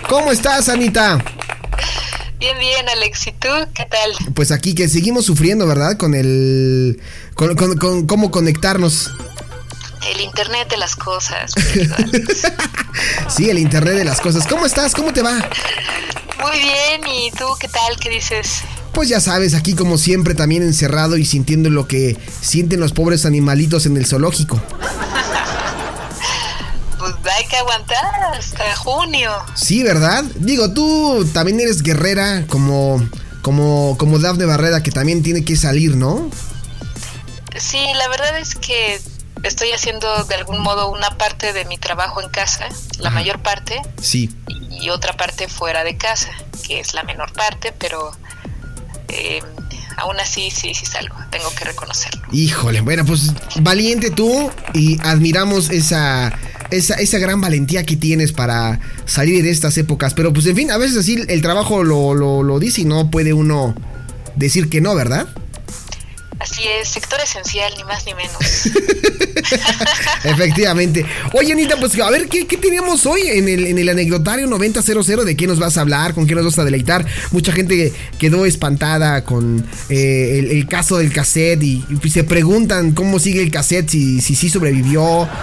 ¿Cómo estás, Anita? Bien, bien, Alex. ¿Y tú qué tal? Pues aquí que seguimos sufriendo, ¿verdad? Con cómo conectarnos. El internet de las cosas. Sí, el internet de las cosas. ¿Cómo estás? ¿Cómo te va? Muy bien. ¿Y tú qué tal? ¿Qué dices? Pues ya sabes, aquí como siempre también encerrado y sintiendo lo que sienten los pobres animalitos en el zoológico. Pues hay que aguantar hasta junio. Sí, ¿verdad? Digo, tú también eres guerrera como Dafne Barrera, que también tiene que salir, ¿no? Sí, la verdad es que estoy haciendo de algún modo una parte de mi trabajo en casa, la mayor parte. Sí. Y otra parte fuera de casa, que es la menor parte, pero aún así sí salgo, tengo que reconocerlo. Híjole, bueno, pues valiente tú, y admiramos esa gran valentía que tienes para salir de estas épocas. Pero pues en fin, a veces así el trabajo lo dice y no puede uno decir que no, ¿verdad? Así es, sector esencial, ni más ni menos. Efectivamente. Oye, Anita, pues a ver, ¿qué tenemos hoy en el anecdotario 9000? ¿De qué nos vas a hablar? ¿Con qué nos vas a deleitar? Mucha gente quedó espantada con el caso del cassette y se preguntan cómo sigue el cassette, si sobrevivió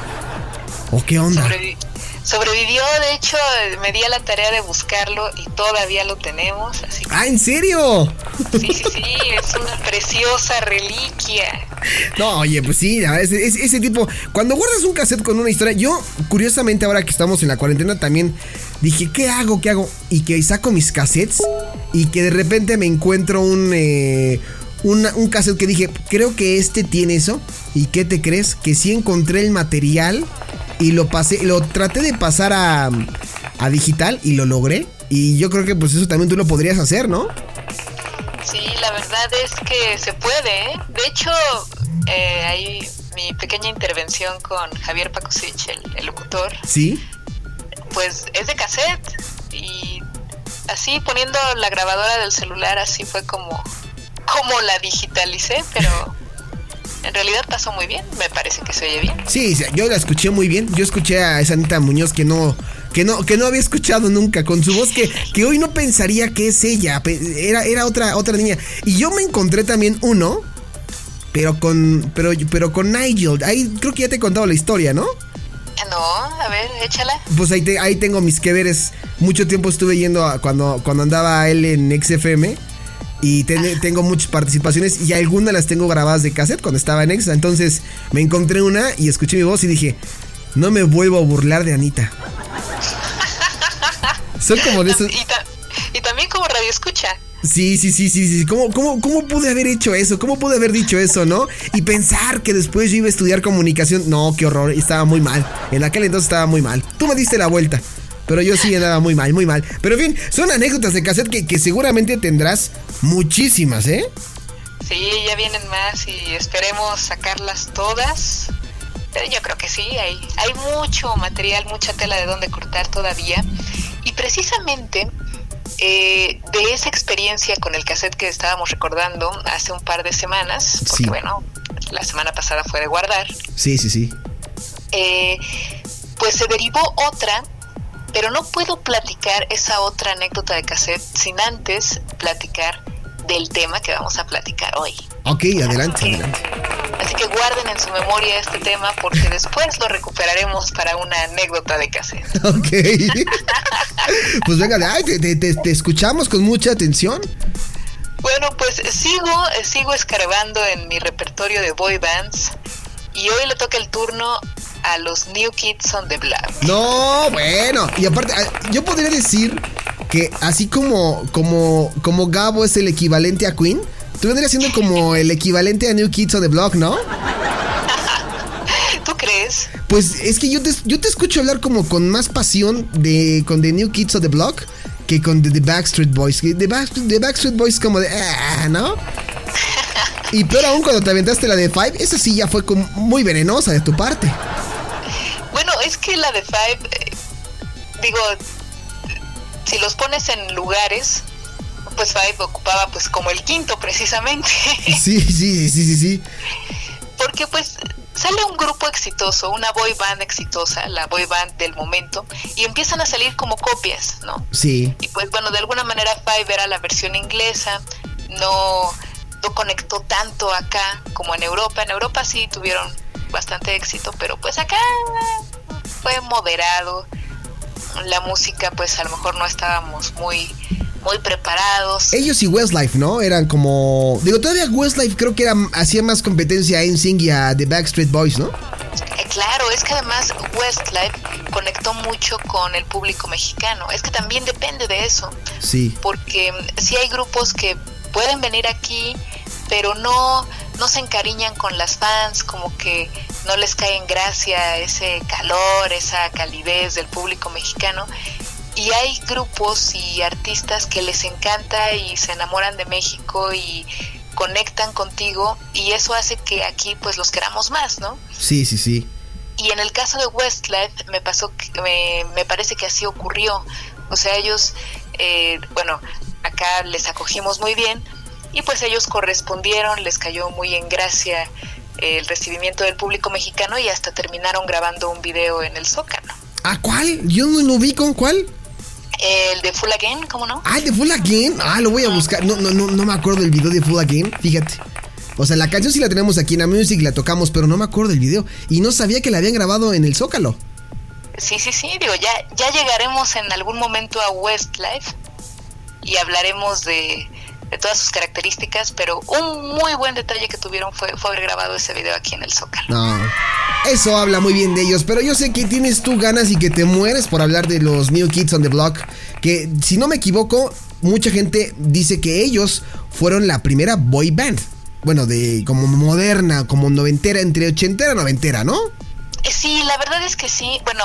o qué onda. Sobrevivió, de hecho, me di a la tarea de buscarlo y todavía lo tenemos. Así que... ¿Ah, en serio? Sí, es una preciosa reliquia. No, oye, pues sí, ese tipo, cuando guardas un cassette con una historia, yo, curiosamente, ahora que estamos en la cuarentena, también dije, ¿qué hago? Y que saco mis cassettes y que de repente me encuentro un cassette que dije, creo que tiene eso. ¿Y qué te crees? Que sí encontré el material y lo traté de pasar a digital y lo logré. Y yo creo que pues eso también tú lo podrías hacer, ¿no? Sí, la verdad es que se puede, ¿eh? De hecho, ahí mi pequeña intervención con Javier Pacosich, el locutor. Sí. Pues es de cassette. Y así poniendo la grabadora del celular, así fue como la digitalicé, pero... En realidad pasó muy bien, me parece que se oye bien. Sí, yo la escuché muy bien. Yo escuché a esa Anita Muñoz que no había escuchado nunca, con su voz que hoy no pensaría que es ella. Era otra niña. Y yo me encontré también uno, pero con Nigel. Ahí creo que ya te he contado la historia, ¿no? No, a ver, échala. Pues ahí tengo mis que veres. Mucho tiempo estuve yendo cuando andaba él en XFM. Y tengo muchas participaciones y algunas las tengo grabadas de cassette cuando estaba en Exa. Entonces me encontré una y escuché mi voz y dije, no me vuelvo a burlar de Anita. Son como de esos... Y también como radio escucha. Sí. ¿Cómo pude haber hecho eso? ¿Cómo pude haber dicho eso, no? Y pensar que después yo iba a estudiar comunicación. No, qué horror, estaba muy mal. En aquel entonces estaba muy mal. Tú me diste la vuelta. Pero yo sí andaba muy mal. Pero en fin, son anécdotas de cassette que seguramente tendrás muchísimas, ¿eh? Sí, ya vienen más y esperemos sacarlas todas. Pero yo creo que sí, hay mucho material, mucha tela de donde cortar todavía. Y precisamente de esa experiencia con el cassette que estábamos recordando hace un par de semanas, porque sí. Bueno, la semana pasada fue de guardar. Sí. Pues se derivó otra. Pero no puedo platicar esa otra anécdota de cassette sin antes platicar del tema que vamos a platicar hoy. Ok, adelante. Así que guarden en su memoria este tema porque después lo recuperaremos para una anécdota de cassette. Ok. Pues venga, te escuchamos con mucha atención. Bueno, pues sigo escarbando en mi repertorio de boy bands y hoy le toca el turno a los New Kids on the Block. No, bueno, y aparte, yo podría decir que así como Gabo es el equivalente a Queen, tú vendrías siendo como el equivalente a New Kids on the Block, ¿no? ¿Tú crees? Pues es que yo te escucho hablar como con más pasión con The New Kids on the Block que con The Backstreet Boys. The Backstreet Boys como de... ¿no? Y peor aún cuando te aventaste la de Five, esa sí ya fue muy venenosa de tu parte. Bueno, es que la de Five, digo, si los pones en lugares, pues Five ocupaba pues como el quinto precisamente. Sí. Porque pues sale un grupo exitoso, una boy band exitosa, la boy band del momento, y empiezan a salir como copias, ¿no? Sí. Y pues bueno, de alguna manera Five era la versión inglesa, no conectó tanto acá como en Europa. En Europa sí tuvieron bastante éxito, pero pues acá fue moderado. La música pues a lo mejor no estábamos muy preparados. Ellos y Westlife, ¿no? Eran como... Digo, todavía Westlife creo que hacía más competencia a NSYNC y a The Backstreet Boys, ¿no? Claro, es que además Westlife conectó mucho con el público mexicano. Es que también depende de eso. Sí. Porque sí hay grupos que pueden venir aquí, pero no se encariñan con las fans, como que no les cae en gracia ese calor, esa calidez del público mexicano. Y hay grupos y artistas que les encanta y se enamoran de México y conectan contigo, y eso hace que aquí pues los queramos más, ¿no? Sí, sí, sí. Y en el caso de Westlife me parece que así ocurrió. O sea, ellos, bueno, acá les acogimos muy bien y pues ellos correspondieron, les cayó muy en gracia el recibimiento del público mexicano y hasta terminaron grabando un video en el Zócalo. ¿Ah, cuál? Yo no lo vi, ¿con cuál? El de Full Again, ¿cómo no? Ah, el de Full Again. Ah, lo voy a buscar. No me acuerdo del video de Full Again, fíjate. O sea, la canción sí la tenemos aquí en la Music, la tocamos, pero no me acuerdo del video. Y no sabía que la habían grabado en el Zócalo. Sí, digo, ya llegaremos en algún momento a Westlife y hablaremos de todas sus características, pero un muy buen detalle que tuvieron fue haber grabado ese video aquí en el Zócalo. No, eso habla muy bien de ellos, pero yo sé que tienes tú ganas y que te mueres por hablar de los New Kids on the Block, que si no me equivoco, mucha gente dice que ellos fueron la primera boy band. Bueno, de como moderna, como noventera, entre ochentera y noventera, ¿no? Sí, la verdad es que sí. Bueno,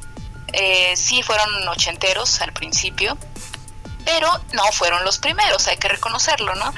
sí fueron ochenteros al principio, pero no fueron los primeros, hay que reconocerlo, ¿no?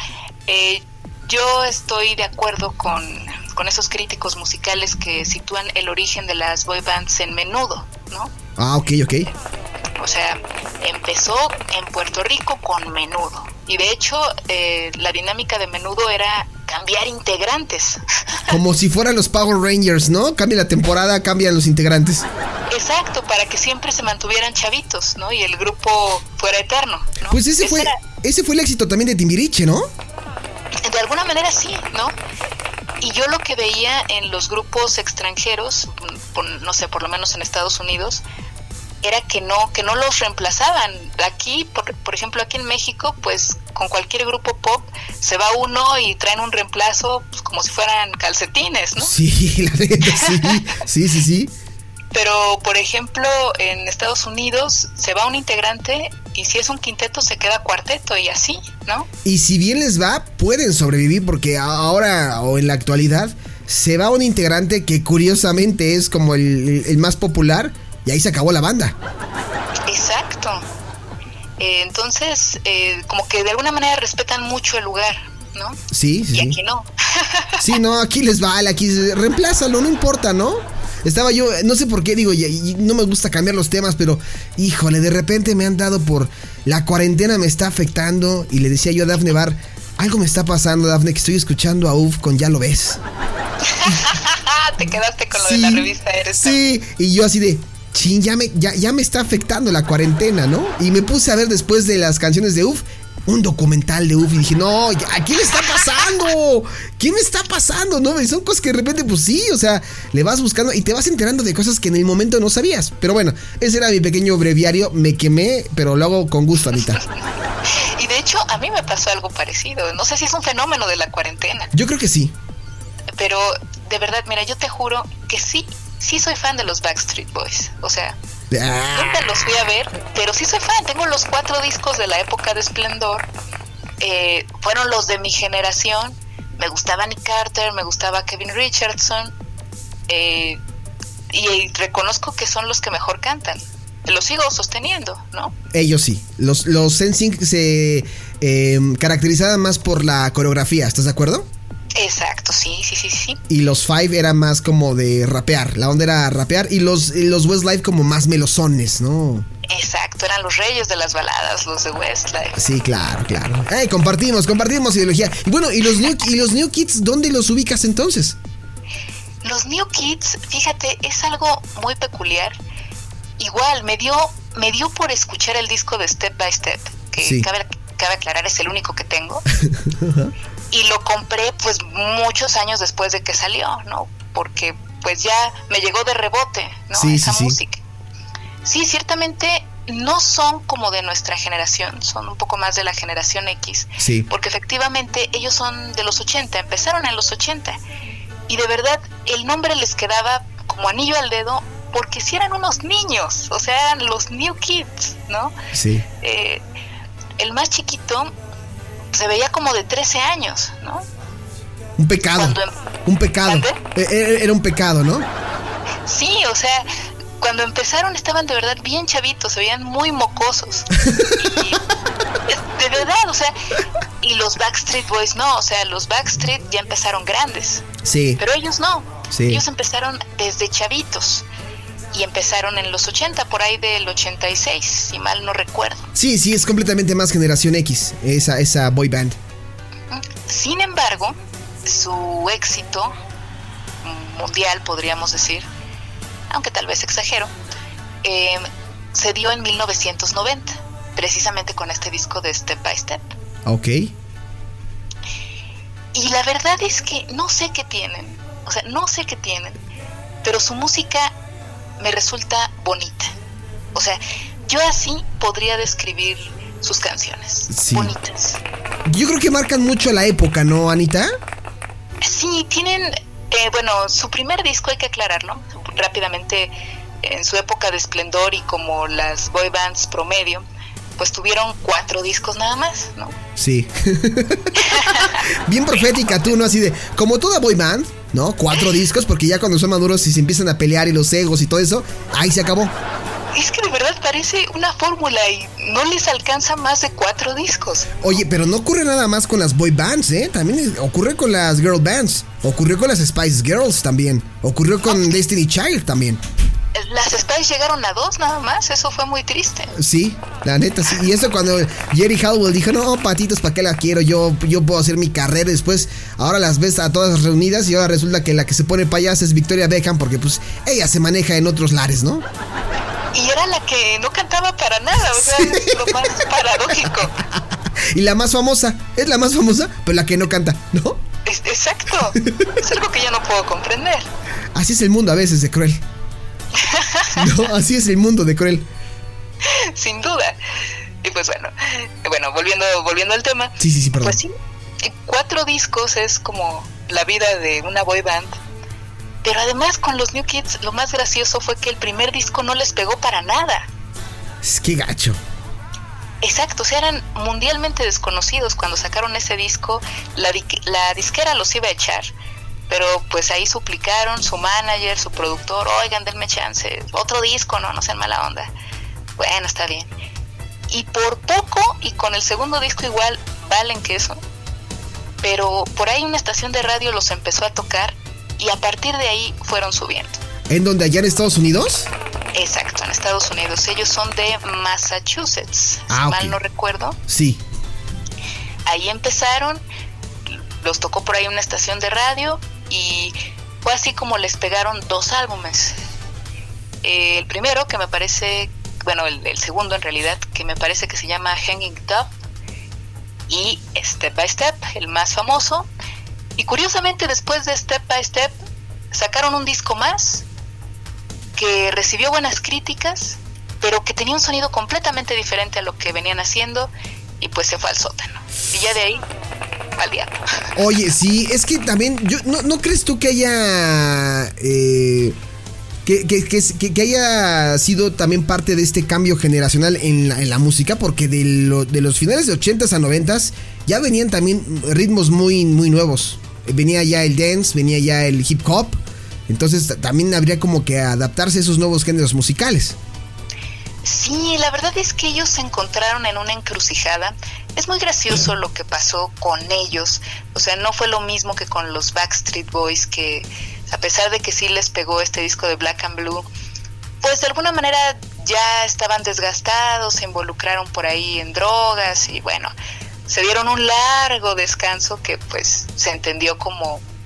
Yo estoy de acuerdo con esos críticos musicales que sitúan el origen de las boy bands en Menudo, ¿no? Ah, ok. O sea, empezó en Puerto Rico con Menudo. Y de hecho, la dinámica de Menudo era cambiar integrantes. Como si fueran los Power Rangers, ¿no? Cambia la temporada, cambian los integrantes. Exacto, para que siempre se mantuvieran chavitos, ¿no? Y el grupo fuera eterno, ¿no? Pues ese fue el éxito también de Timbiriche, ¿no? De alguna manera sí, ¿no? Y yo lo que veía en los grupos extranjeros, no sé, por lo menos en Estados Unidos, era que no los reemplazaban. Aquí, por ejemplo, aquí en México, pues con cualquier grupo pop se va uno y traen un reemplazo, pues, como si fueran calcetines, ¿no? Sí, la neta, sí. Pero, por ejemplo, en Estados Unidos se va un integrante y si es un quinteto se queda cuarteto y así, ¿no? Y si bien les va, pueden sobrevivir porque ahora o en la actualidad se va un integrante que curiosamente es como el más popular y ahí se acabó la banda. Exacto. Entonces, como que de alguna manera respetan mucho el lugar, ¿no? Sí. Y aquí no. Sí, no, aquí les vale, aquí reemplázalo, no importa, ¿no? Estaba yo, no sé por qué, digo, y no me gusta cambiar los temas, pero híjole, de repente me han dado por la cuarentena me está afectando y le decía yo a Dafne Bar, algo me está pasando, Dafne, que estoy escuchando a UF con Ya Lo Ves. Te quedaste con lo de la revista Eres. Sí, y yo así de, chin, ya me está afectando la cuarentena, ¿no? Y me puse a ver después de las canciones de UF un documental de UF y dije, no, ¿qué me está pasando? ¿Qué me está pasando? No, son cosas que de repente, pues sí, o sea, le vas buscando y te vas enterando de cosas que en el momento no sabías. Pero bueno, ese era mi pequeño breviario, me quemé, pero lo hago con gusto, Anita. Y de hecho, a mí me pasó algo parecido. No sé si es un fenómeno de la cuarentena. Yo creo que sí. Pero, de verdad, mira, yo te juro que sí soy fan de los Backstreet Boys. O sea, nunca los fui a ver, pero sí soy fan. Tengo los 4 discos de la época de esplendor. Fueron los de mi generación. Me gustaba Nick Carter, me gustaba Kevin Richardson. Y reconozco que son los que mejor cantan. Lo sigo sosteniendo, ¿no? Ellos sí. Los NSYNC se caracterizaban más por la coreografía, ¿estás de acuerdo? Exacto, sí. Y los Five era más como de rapear, la onda era rapear, y los Westlife como más melosones, ¿no? Exacto, eran los reyes de las baladas, los de Westlife. Sí, claro. Compartimos ideología. Y bueno, ¿y los New Kids, dónde los ubicas entonces? Los New Kids, fíjate, es algo muy peculiar. Igual, me dio por escuchar el disco de Step by Step, que sí. cabe aclarar, es el único que tengo. Y lo compré pues muchos años después de que salió, ¿no? Porque pues ya me llegó de rebote, ¿no? Sí, esa sí, música. Sí, ciertamente no son como de nuestra generación, son un poco más de la generación X. Sí. Porque efectivamente ellos son de los 80, empezaron en los 80. Y de verdad el nombre les quedaba como anillo al dedo, porque si eran unos niños, o sea, eran los New Kids, ¿no? Sí. El más chiquito se veía como de 13 años, ¿no? Un pecado. Un pecado. Era un pecado, ¿no? Sí, o sea, cuando empezaron estaban de verdad bien chavitos, se veían muy mocosos. De verdad, o sea, y los Backstreet Boys no, o sea, los Backstreet ya empezaron grandes. Sí. Pero ellos no. Sí. Ellos empezaron desde chavitos. Y empezaron en los 80, por ahí del 86, si mal no recuerdo. Sí, es completamente más generación X, esa boy band. Sin embargo, su éxito mundial, podríamos decir, aunque tal vez exagero, se dio en 1990, precisamente con este disco de Step by Step. Ok. Y la verdad es que no sé qué tienen, pero su música me resulta bonita. O sea, yo así podría describir sus canciones. Sí. Bonitas. Yo creo que marcan mucho la época, ¿no, Anita? Sí, tienen, su primer disco, hay que aclararlo rápidamente, en su época de esplendor y como las boy bands promedio, pues tuvieron 4 discos nada más, ¿no? Sí. Bien profética tú, ¿no? Así de, como toda boy band, ¿no? 4 discos, porque ya cuando son maduros y se empiezan a pelear y los egos y todo eso, ahí se acabó. Es que de verdad parece una fórmula y no les alcanza más de 4 discos. Oye, pero no ocurre nada más con las boy bands, ¿eh? También ocurre con las girl bands, ocurrió con las Spice Girls también, ocurrió con Destiny Child también. Las Spice llegaron a 2 nada más, eso fue muy triste. Sí, la neta, sí. Y eso cuando Jerry Halliwell dijo, no, patitos, ¿para qué la quiero? Yo puedo hacer mi carrera. Después, ahora las ves a todas reunidas y ahora resulta que la que se pone payasa es Victoria Beckham, porque pues ella se maneja en otros lares, ¿no? Y era la que no cantaba para nada, o sea, es lo más paradójico. Y la más famosa, es la más famosa, pero la que no canta, ¿no? Exacto, es algo que yo no puedo comprender. Así es el mundo a veces de cruel. No, así es el mundo de cruel. Sin duda. Y pues bueno, volviendo al tema. Sí, perdón. Pues sí, 4 discos es como la vida de una boy band. Pero además con los New Kids lo más gracioso fue que el primer disco no les pegó para nada. Es que gacho. Exacto, o sea, eran mundialmente desconocidos cuando sacaron ese disco. La disquera los iba a echar, pero pues ahí suplicaron, su manager, su productor, oigan, denme chance, otro disco, no sean mala onda. Bueno, está bien. Y por poco, y con el segundo disco igual, valen queso, pero por ahí una estación de radio los empezó a tocar y a partir de ahí fueron subiendo. ¿En dónde, allá en Estados Unidos? Exacto, en Estados Unidos. Ellos son de Massachusetts, si mal no recuerdo. Sí. Ahí empezaron, los tocó por ahí una estación de radio y fue así como les pegaron 2 álbumes. El primero, que me parece, el segundo en realidad, que me parece que se llama Hanging Top, y Step by Step, el más famoso. Y curiosamente después de Step by Step sacaron un disco más que recibió buenas críticas, pero que tenía un sonido completamente diferente a lo que venían haciendo, y pues se fue al sótano. Y ya de ahí, al diablo. Oye, sí, es que también, ¿no crees tú que haya... Que haya sido también parte de este cambio generacional en la música? Porque de los finales de 80s a 90s ya venían también ritmos muy, muy nuevos. Venía ya el dance, venía ya el hip hop. Entonces también habría como que adaptarse a esos nuevos géneros musicales. Sí, la verdad es que ellos se encontraron en una encrucijada. Es muy gracioso lo que pasó con ellos. O sea, no fue lo mismo que con los Backstreet Boys, que a pesar de que sí les pegó este disco de Black and Blue, pues de alguna manera ya estaban desgastados, se involucraron por ahí en drogas y bueno, se dieron un largo descanso que pues se entendió como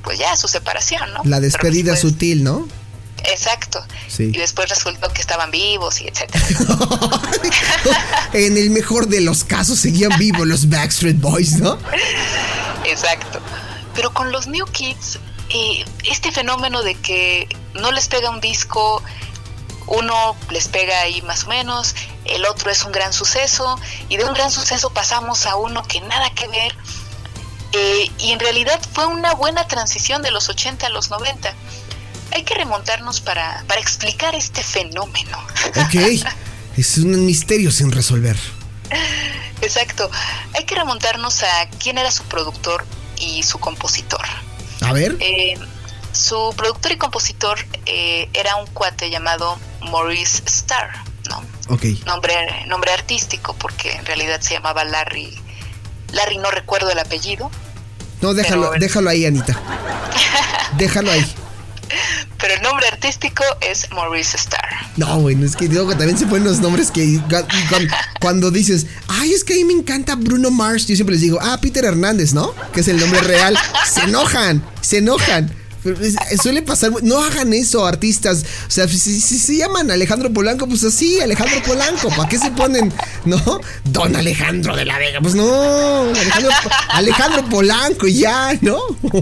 pues ya su separación, ¿no? La despedida después, sutil, ¿no? Exacto. Sí. Y después resultó que estaban vivos y etcétera. En el mejor de los casos seguían vivos los Backstreet Boys, ¿no? Exacto. Pero con los New Kids, este fenómeno de que no les pega un disco, uno les pega ahí más o menos, el otro es un gran suceso, y de un gran suceso pasamos a uno que nada que ver, y en realidad fue una buena transición de los 80 a los 90. Hay que remontarnos para explicar este fenómeno. Ok, es un misterio sin resolver. Exacto, hay que remontarnos a quién era su productor y su compositor. A ver. Su productor y compositor era un cuate llamado Maurice Starr, ¿no? Ok. Nombre artístico, porque en realidad se llamaba Larry, no recuerdo el apellido. No, déjalo ahí, Anita. Déjalo ahí. Pero el nombre artístico es Maurice Starr. No, bueno, es que luego también se ponen los nombres que cuando dices, ay, es que a mí me encanta Bruno Mars, yo siempre les digo, Peter Hernández, ¿no? Que es el nombre real. Se enojan. Pero suele pasar, no hagan eso, artistas. O sea, si se llaman Alejandro Polanco, pues así, Alejandro Polanco. ¿Para qué se ponen, no? Don Alejandro de la Vega, pues no. Alejandro Polanco y ya, ¿no?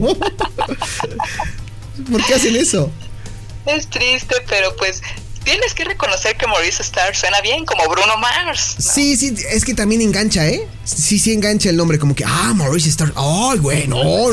¿Por qué hacen eso? Es triste, pero pues tienes que reconocer que Maurice Starr suena bien, como Bruno Mars, ¿no? Sí, es que también engancha, ¿eh? Sí engancha el nombre, como que, Maurice Starr. Ay, güey,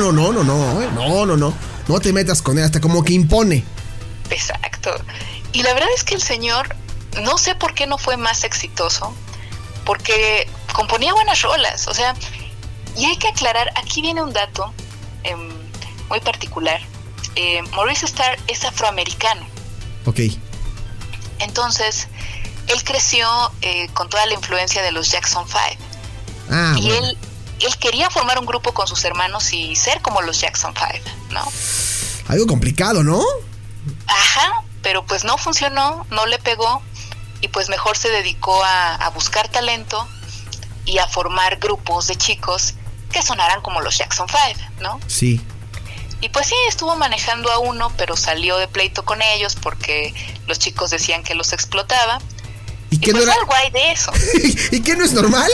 no. No te metas con él, hasta como que impone. Exacto. Y la verdad es que el señor, no sé por qué no fue más exitoso, porque componía buenas rolas, o sea, y hay que aclarar, aquí viene un dato muy particular. Maurice Starr es afroamericano. Ok. Entonces, él creció con toda la influencia de los Jackson 5. Y bueno, él quería formar un grupo con sus hermanos y ser como los Jackson 5, ¿no? Algo complicado, ¿no? Ajá, pero pues no funcionó, no le pegó, y pues mejor se dedicó a buscar talento y a formar grupos de chicos que sonaran como los Jackson 5, ¿no? Sí. Y pues sí, estuvo manejando a uno, pero salió de pleito con ellos porque los chicos decían que los explotaba. ¿Y qué pues no era? algo hay de eso. ¿Y qué no es normal?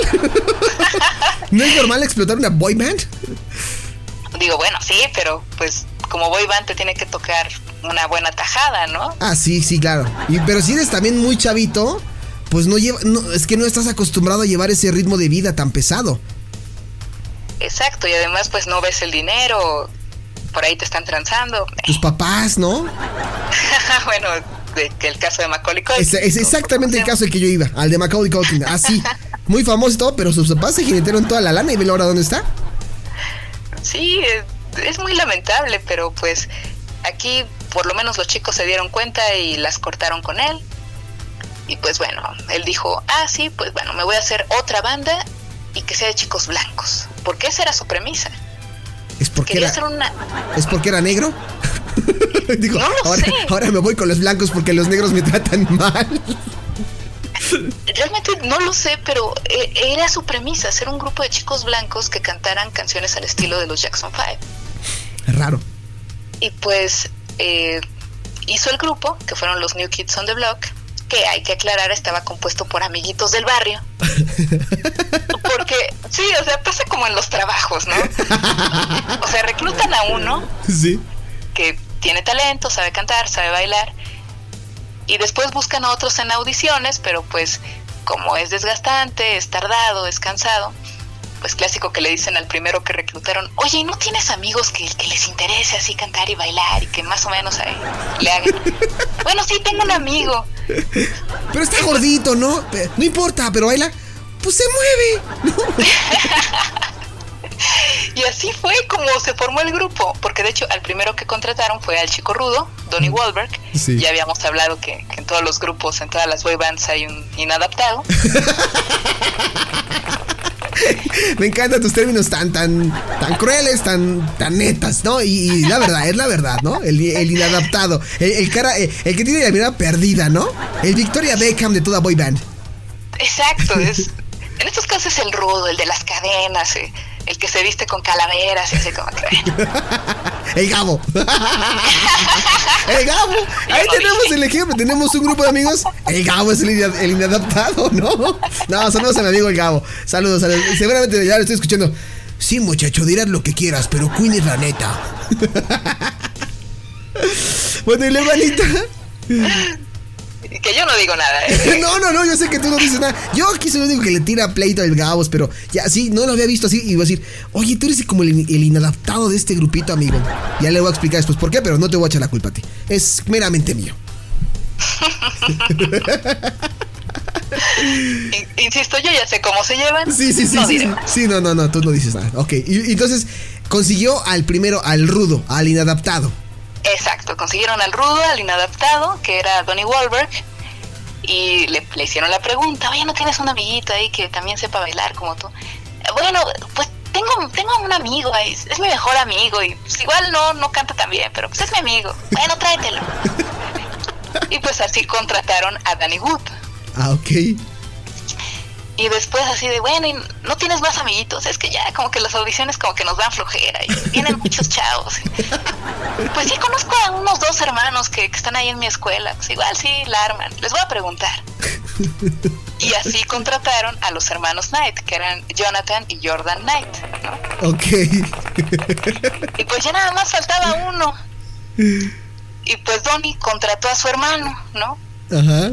¿No es normal explotar una boy band? Digo, bueno, sí, pero pues como boy band te tiene que tocar una buena tajada, ¿no? Sí, claro. Pero si eres también muy chavito, pues es que no estás acostumbrado a llevar ese ritmo de vida tan pesado. Exacto, y además pues no ves el dinero, por ahí te están transando. Tus papás, ¿no? Bueno, que el caso de Macaulay Culkin. Es exactamente el caso al que yo iba, al de Macaulay Culkin. Así, muy famoso y todo, pero sus papás se jinetearon toda la lana y velo ahora dónde está. Sí, es muy lamentable, pero pues aquí por lo menos los chicos se dieron cuenta y las cortaron con él. Y pues bueno, él dijo, sí, pues bueno, me voy a hacer otra banda y que sea de chicos blancos, porque esa era su premisa. ¿Es porque era negro? Digo, no lo sé. Ahora me voy con los blancos porque los negros me tratan mal. Realmente no lo sé, pero era su premisa, hacer un grupo de chicos blancos que cantaran canciones al estilo de los Jackson 5. Es raro. Y pues hizo el grupo, que fueron los New Kids on the Block, que hay que aclarar, estaba compuesto por amiguitos del barrio. Porque, sí, o sea, pasa como en los trabajos, ¿no? O sea, reclutan a uno sí, que tiene talento, sabe cantar, sabe bailar, y después buscan a otros en audiciones, pero pues como es desgastante, es tardado, es cansado, pues clásico que le dicen al primero que reclutaron, oye, ¿y no tienes amigos que les interese así cantar y bailar y que más o menos ahí le hagan? Bueno, sí, tengo un amigo. Pero está gordito, ¿no? No importa, pero baila. Pues se mueve, ¿no? Y así fue como se formó el grupo, porque de hecho al primero que contrataron fue al chico rudo, Donnie Wahlberg. Sí. Ya habíamos hablado que en todos los grupos, en todas las boy bands hay un inadaptado. Me encantan tus términos tan crueles, tan netas, ¿no? Y la verdad, es la verdad, ¿no? El inadaptado, el que tiene la mirada perdida, ¿no? El Victoria Beckham de toda boy band. Exacto, en estos casos es el rudo, el de las cadenas, el que se viste con calaveras y así como que... El Gabo. El Gabo. Ahí tenemos el ejemplo. Tenemos un grupo de amigos. El Gabo es el inadaptado, ¿no? No, saludos a mi amigo el Gabo. Saludos. Seguramente ya lo estoy escuchando. Sí, muchacho, dirás lo que quieras, pero Queen es la neta. Bueno, y la hermanita. Que yo no digo nada, ¿eh? No, yo sé que tú no dices nada. Yo aquí soy el único que le tira pleito al Gabos, pero ya sí, no lo había visto así. Y voy a decir, oye, tú eres como el inadaptado de este grupito, amigo. Ya le voy a explicar después por qué, pero no te voy a echar la culpa a ti. Es meramente mío. Insisto, yo ya sé cómo se llevan. Sí. Sí, no, tú no dices nada. Ok, y entonces consiguió al primero, al rudo, al inadaptado. Exacto, consiguieron al rudo, al inadaptado, que era Donnie Wahlberg, y le hicieron la pregunta, oye, ¿no tienes un amiguito ahí que también sepa bailar como tú? Bueno, pues tengo un amigo ahí, es mi mejor amigo, y pues igual no canta tan bien, pero pues es mi amigo, bueno, tráetelo. Y pues así contrataron a Danny Wood. Ah, ok. Y después así de, bueno, ¿y no tienes más amiguitos? Es que ya como que las audiciones como que nos dan flojera y vienen muchos chavos. Pues sí, conozco a unos 2 hermanos que están ahí en mi escuela. Pues igual sí, la arman. Les voy a preguntar. Y así contrataron a los hermanos Knight, que eran Jonathan y Jordan Knight, ¿no? Ok. Y pues ya nada más faltaba uno. Y pues Donnie contrató a su hermano, ¿no? Ajá.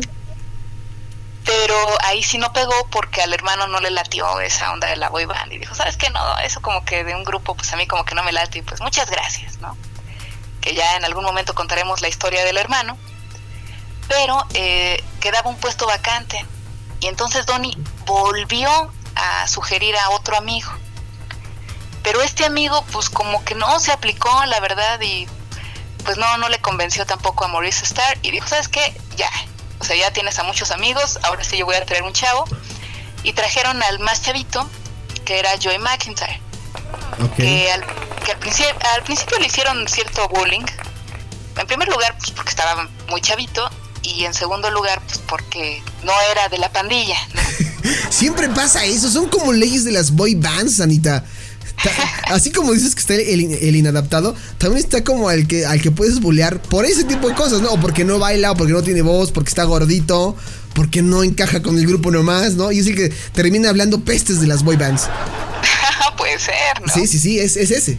Pero ahí sí no pegó porque al hermano no le latió esa onda de la boy band y dijo, ¿sabes qué? No, eso como que de un grupo pues a mí como que no me late y pues muchas gracias, ¿no? Que ya en algún momento contaremos la historia del hermano, pero quedaba un puesto vacante y entonces Donnie volvió a sugerir a otro amigo, pero este amigo pues como que no se aplicó, la verdad, y pues no le convenció tampoco a Maurice Starr y dijo, ¿sabes qué? Ya. O sea, ya tienes a muchos amigos, ahora sí yo voy a traer un chavo. Y trajeron al más chavito, que era Joey McIntyre. Okay. Que al principio le hicieron cierto bullying. En primer lugar, pues porque estaba muy chavito. Y en segundo lugar, pues porque no era de la pandilla, ¿no? Siempre pasa eso, son como leyes de las boy bands, Anita. Así como dices que está el inadaptado, también está como al que puedes bullear por ese tipo de cosas, ¿no? O porque no baila, o porque no tiene voz, porque está gordito, porque no encaja con el grupo nomás, ¿no? Y es el que termina hablando pestes de las boy bands. Puede ser, ¿no? Sí, es ese.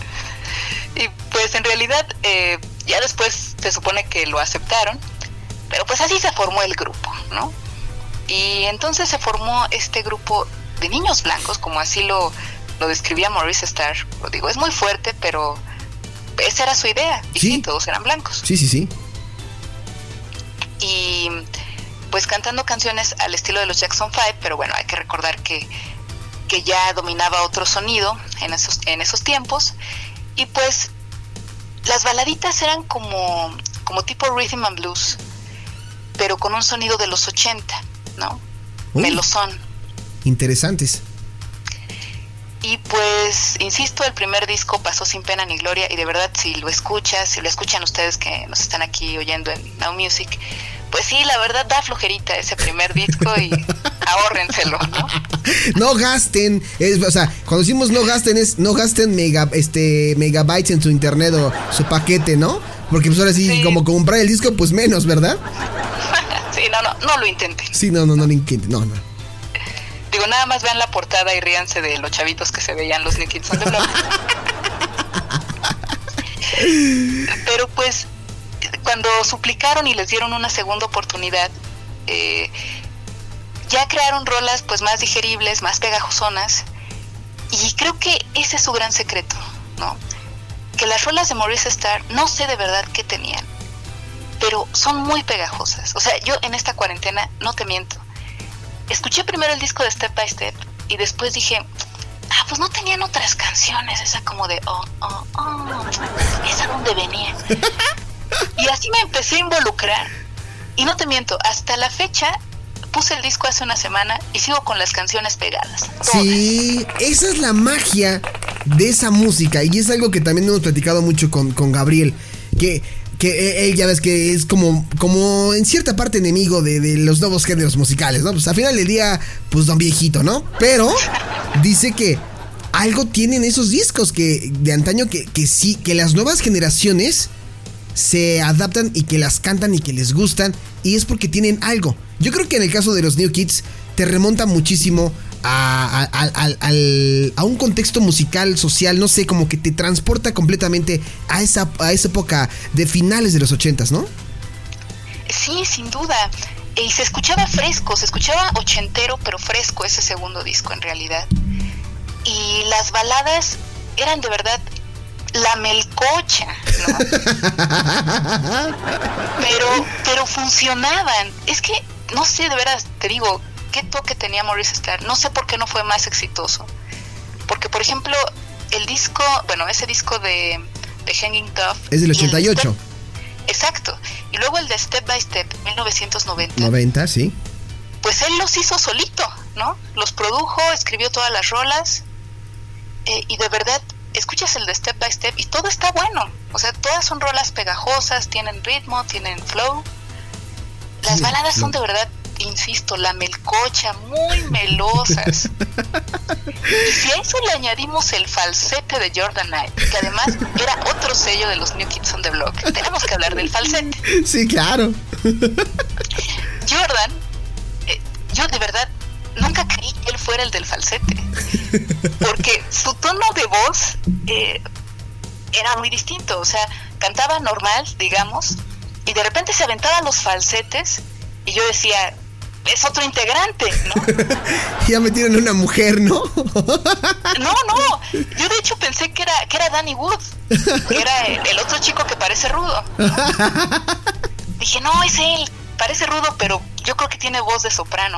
Y pues en realidad ya después se supone que lo aceptaron, pero pues así se formó el grupo, ¿no? Y entonces se formó este grupo de niños blancos, como así lo describía Maurice Starr. Lo digo, es muy fuerte, pero esa era su idea. Y sí, todos eran blancos. Sí. Y pues cantando canciones al estilo de los Jackson 5, pero bueno, hay que recordar que ya dominaba otro sonido en esos tiempos. Y pues las baladitas eran como tipo rhythm and blues, pero con un sonido de los 80, ¿no? Melosón. Interesantes. Y pues, insisto, el primer disco pasó sin pena ni gloria y de verdad si lo escuchan ustedes que nos están aquí oyendo en Now Music, pues sí, la verdad da flojerita ese primer disco y ahórrenselo, ¿no? No gasten, o sea, cuando decimos no gasten es no gasten megabytes en su internet o su paquete, ¿no? Porque pues ahora sí, como comprar el disco, pues menos, ¿verdad? Sí, no lo intenten. Sí, no lo intenten, no. Digo, nada más vean la portada y ríanse de los chavitos que se veían los New Kids on the Block. Pero pues, cuando suplicaron y les dieron una segunda oportunidad, ya crearon rolas pues más digeribles, más pegajosonas. Y creo que ese es su gran secreto, ¿no? Que las rolas de Maurice Starr, no sé de verdad qué tenían, pero son muy pegajosas. O sea, yo en esta cuarentena, no te miento, escuché primero el disco de Step by Step y después dije, pues no tenían otras canciones, esa como de esa donde venía. Y así me empecé a involucrar y no te miento, hasta la fecha puse el disco hace una semana y sigo con las canciones pegadas. Todas. Sí, esa es la magia de esa música y es algo que también hemos platicado mucho con Gabriel, que él ya ves que es como en cierta parte enemigo de los nuevos géneros musicales, ¿no? Pues al final del día, pues don viejito, ¿no? Pero dice que algo tienen esos discos que de antaño que sí, que las nuevas generaciones se adaptan y que las cantan y que les gustan, y es porque tienen algo. Yo creo que en el caso de los New Kids te remonta muchísimo a un contexto musical, social, no sé, como que te transporta completamente a esa época de finales de los 80s, ¿no? Sí, sin duda. Y se escuchaba fresco, se escuchaba ochentero, pero fresco ese segundo disco en realidad. Y las baladas eran de verdad la melcocha, ¿no? pero funcionaban. Es que, no sé, de veras, te digo, qué toque tenía Maurice Starr. No sé por qué no fue más exitoso. Porque, por ejemplo, el disco, bueno, ese disco de Hanging Tough es del 88. Exacto. Y luego el de Step by Step, 1990. 90, sí. Pues él los hizo solito, ¿no? Los produjo, escribió todas las rolas. Y de verdad, escuchas el de Step by Step y todo está bueno. O sea, todas son rolas pegajosas, tienen ritmo, tienen flow. Las baladas son de verdad, insisto, la melcocha, muy melosas. Y si a eso le añadimos el falsete de Jordan Knight, que además era otro sello de los New Kids on the Block, tenemos que hablar del falsete. Sí, claro. Jordan, yo de verdad nunca creí que él fuera el del falsete, porque su tono de voz era muy distinto. O sea, cantaba normal, digamos, y de repente se aventaba los falsetes y yo decía, es otro integrante, ¿no? Ya metieron una mujer, ¿no? No, yo de hecho pensé que era Danny Wood, que era el otro chico que parece rudo, ¿no? Dije, no, es él, parece rudo, pero yo creo que tiene voz de soprano.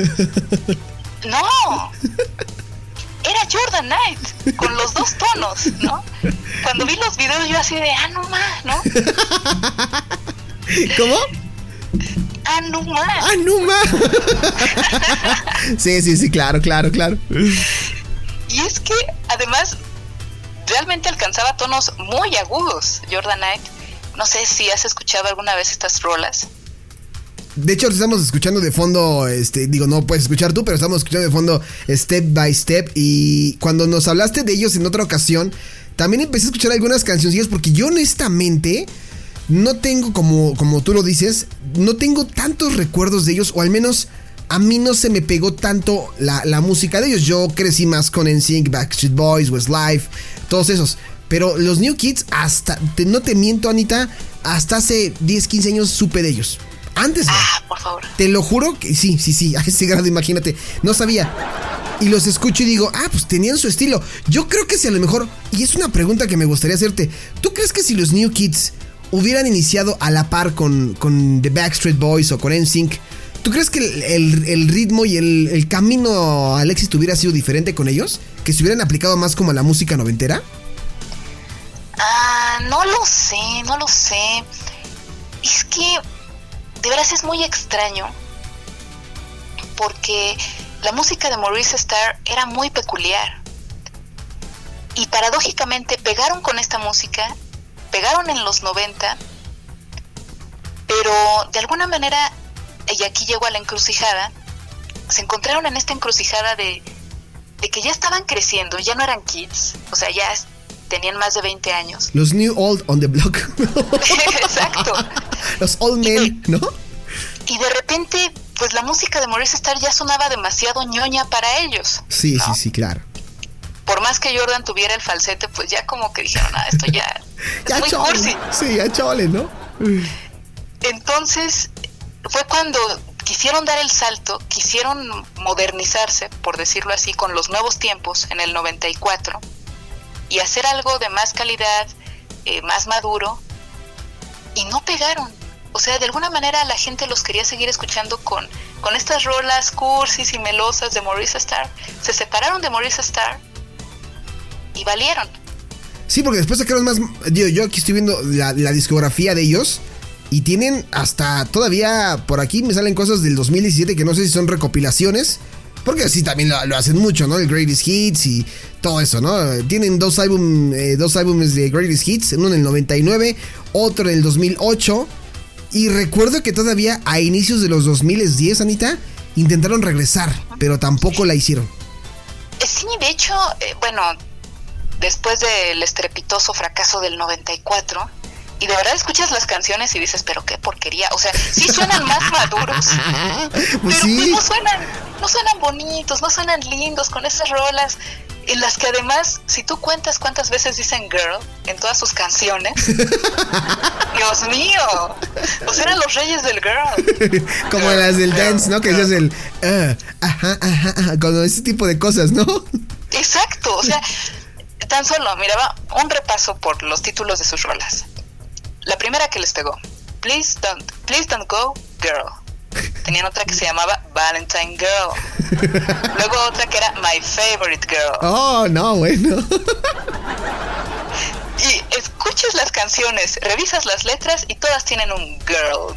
No, era Jordan Knight, con los dos tonos, ¿no? Cuando vi los videos yo así de, no más, ¿no? ¿Cómo? Anuma. Sí, claro. Y es que además realmente alcanzaba tonos muy agudos Jordan Knight. No sé si has escuchado alguna vez estas rolas. De hecho, estamos escuchando de fondo, no puedes escuchar tú, pero estamos escuchando de fondo Step by Step. Y cuando nos hablaste de ellos en otra ocasión, también empecé a escuchar algunas cancioncillas, porque yo honestamente no tengo, como tú lo dices, no tengo tantos recuerdos de ellos, o al menos a mí no se me pegó tanto la música de ellos. Yo crecí más con NSYNC, Backstreet Boys, Westlife, todos esos. Pero los New Kids, no te miento, Anita, hasta hace 10, 15 años supe de ellos. Antes no. Por favor. Te lo juro que sí, a ese grado, imagínate. No sabía. Y los escucho y digo, pues tenían su estilo. Yo creo que si a lo mejor, y es una pregunta que me gustaría hacerte, ¿tú crees que si los New Kids hubieran iniciado a la par con The Backstreet Boys o con NSYNC, ¿tú crees que el ritmo y el camino al éxito hubiera sido diferente con ellos? ¿Que se hubieran aplicado más como a la música noventera? No lo sé. Es que de veras es muy extraño, porque la música de Maurice Starr era muy peculiar. Y paradójicamente pegaron con esta música, pegaron en los 90, pero de alguna manera, y aquí llegó a la encrucijada, se encontraron en esta encrucijada de que ya estaban creciendo, ya no eran kids, o sea, ya tenían más de 20 años. Los New Old on the Block. Exacto. Los Old Men, ¿no? Y de repente, pues la música de Maurice Starr ya sonaba demasiado ñoña para ellos. Sí, ¿no? sí, claro. Por más que Jordan tuviera el falsete, pues ya como que dijeron, esto ya es muy cursi. Sí, ya chole, ¿no? Entonces, fue cuando quisieron dar el salto, quisieron modernizarse, por decirlo así, con los nuevos tiempos en el 94, y hacer algo de más calidad, más maduro, y no pegaron. O sea, de alguna manera la gente los quería seguir escuchando con estas rolas cursis y melosas de Maurice Starr. Se separaron de Maurice Starr y valieron. Sí, porque después sacaron más. Yo aquí estoy viendo la discografía de ellos, y tienen hasta todavía por aquí me salen cosas del 2017 que no sé si son recopilaciones, porque sí también lo hacen mucho, ¿no? El Greatest Hits y todo eso, ¿no? Tienen dos álbumes de Greatest Hits, uno en el 99, otro en el 2008. Y recuerdo que todavía a inicios de los 2010, Anita, intentaron regresar, pero tampoco la hicieron. sí, de hecho, bueno, después del estrepitoso fracaso del 94, y de verdad escuchas las canciones y dices, pero qué porquería, o sea, sí suenan más maduros, Pues pero sí. pues no suenan bonitos, no suenan lindos con esas rolas en las que además, si tú cuentas cuántas veces dicen girl en todas sus canciones, Dios mío, pues eran los reyes del girl. Como las del dance, ¿no? Que decías el ajá, con ese tipo de cosas, ¿no? Exacto, o sea, tan solo, mira, va un repaso por los títulos de sus rolas. La primera que les pegó, Please Don't Go, Girl. Tenían otra que se llamaba Valentine Girl. Luego otra que era My Favorite Girl. Oh, no, bueno. Y escuchas las canciones, revisas las letras y todas tienen un girl.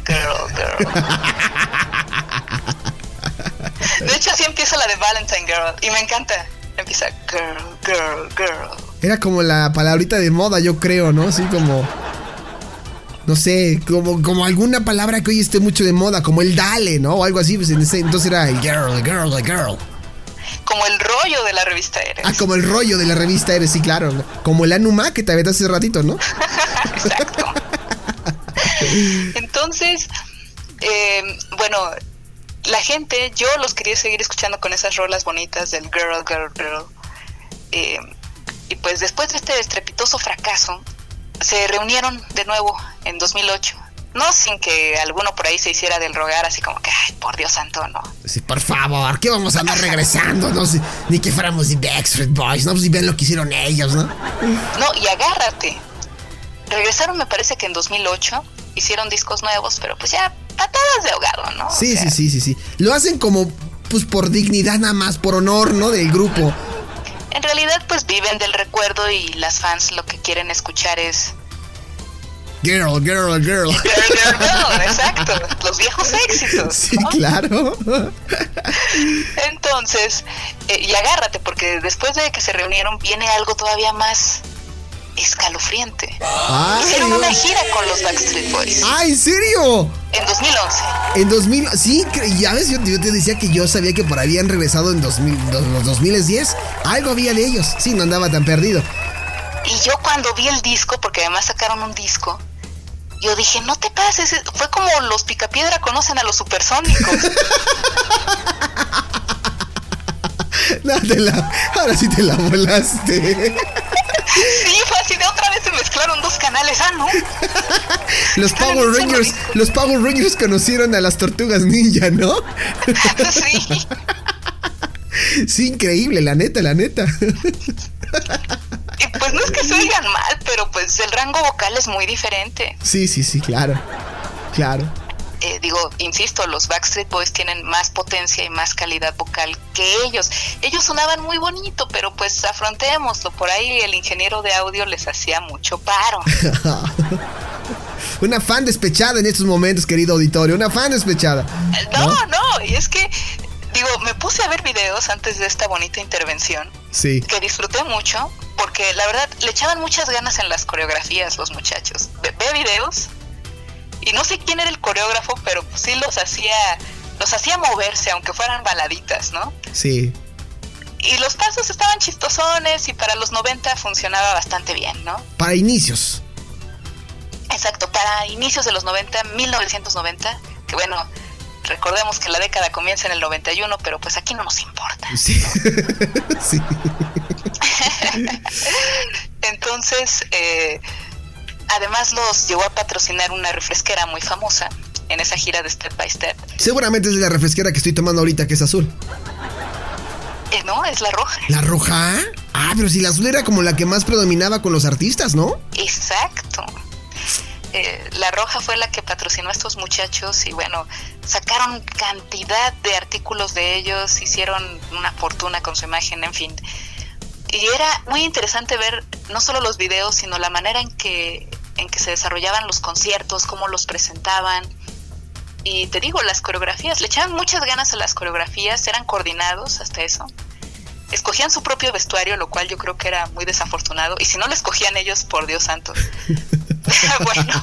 De hecho, así empieza la de Valentine Girl y me encanta. Empieza girl. Era como la palabrita de moda, yo creo, ¿no? Así como... No sé, como alguna palabra que hoy esté mucho de moda, como el dale, ¿no? O algo así, pues entonces era el girl. Como el rollo de la revista Eres. Ah, como el rollo de la revista Eres, sí, claro, ¿no? Como el Anuma que te aventaste hace ratito, ¿no? Exacto. Entonces, bueno, la gente, yo los quería seguir escuchando con esas rolas bonitas del girl. Y pues después de este estrepitoso fracaso, se reunieron de nuevo en 2008. No sin que alguno por ahí se hiciera del rogar, así como que, ay, por Dios santo, no. Sí, por favor, ¿qué vamos a andar regresando? No sé, ni que fuéramos de Backstreet Boys, ¿no? Pues si ven lo que hicieron ellos, ¿no? No, y agárrate. Regresaron, me parece que en 2008, hicieron discos nuevos, pero pues ya patadas de ahogado, ¿no? Sí, o sea, sí. Lo hacen como, pues por dignidad nada más, por honor, ¿no? Del grupo. En realidad, pues viven del recuerdo y las fans lo que quieren escuchar es... Girl. Girl, exacto, los viejos éxitos. Sí, ¿no? claro. Entonces, y agárrate, porque después de que se reunieron viene algo todavía más escalofriante. Hicieron una gira con los Backstreet Boys. ¡Ah, en serio! En 2011. En 2000, sí, ya ves, yo te decía que yo sabía que por ahí habían regresado en los 2010. Algo había de ellos, sí, no andaba tan perdido. Y yo cuando vi el disco, porque además sacaron un disco, yo dije, no te pases, fue como los Picapiedra conocen a los Supersónicos. No, ahora sí te la volaste. Sí, fue así, de otra vez se mezclaron dos canales, ¿no? Los Power Rangers conocieron a las Tortugas Ninja, ¿no? Sí. Sí, increíble, la neta. Y pues no es que se oigan mal, pero pues el rango vocal es muy diferente. Sí, claro. Digo, insisto, los Backstreet Boys tienen más potencia y más calidad vocal que ellos. Ellos sonaban muy bonito, pero pues afrontémoslo, por ahí el ingeniero de audio les hacía mucho paro. Una fan despechada en estos momentos, querido auditorio, una fan despechada. No, y es que, digo, me puse a ver videos antes de esta bonita intervención. Sí. Que disfruté mucho, porque la verdad le echaban muchas ganas en las coreografías los muchachos. Ve videos. Y no sé quién era el coreógrafo, pero pues sí los hacía moverse, aunque fueran baladitas, ¿no? Sí. Y los pasos estaban chistosones y para los 90 funcionaba bastante bien, ¿no? Para inicios. Exacto, para inicios de los 90, 1990, que bueno, recordemos que la década comienza en el 91, pero pues aquí no nos importa. Sí. Sí. Entonces, además los llevó a patrocinar una refresquera muy famosa en esa gira de Step by Step. Seguramente es la refresquera que estoy tomando ahorita, que es azul. No, es la roja. ¿La roja? Ah, pero si la azul era como la que más predominaba con los artistas, ¿no? Exacto. La roja fue la que patrocinó a estos muchachos y bueno, sacaron cantidad de artículos de ellos, hicieron una fortuna con su imagen, en fin. Y era muy interesante ver no solo los videos, sino la manera en que se desarrollaban los conciertos, cómo los presentaban. Y te digo, las coreografías, le echaban muchas ganas a las coreografías, eran coordinados hasta eso. Escogían su propio vestuario, lo cual yo creo que era muy desafortunado. Y si no lo escogían ellos, por Dios santo. Bueno.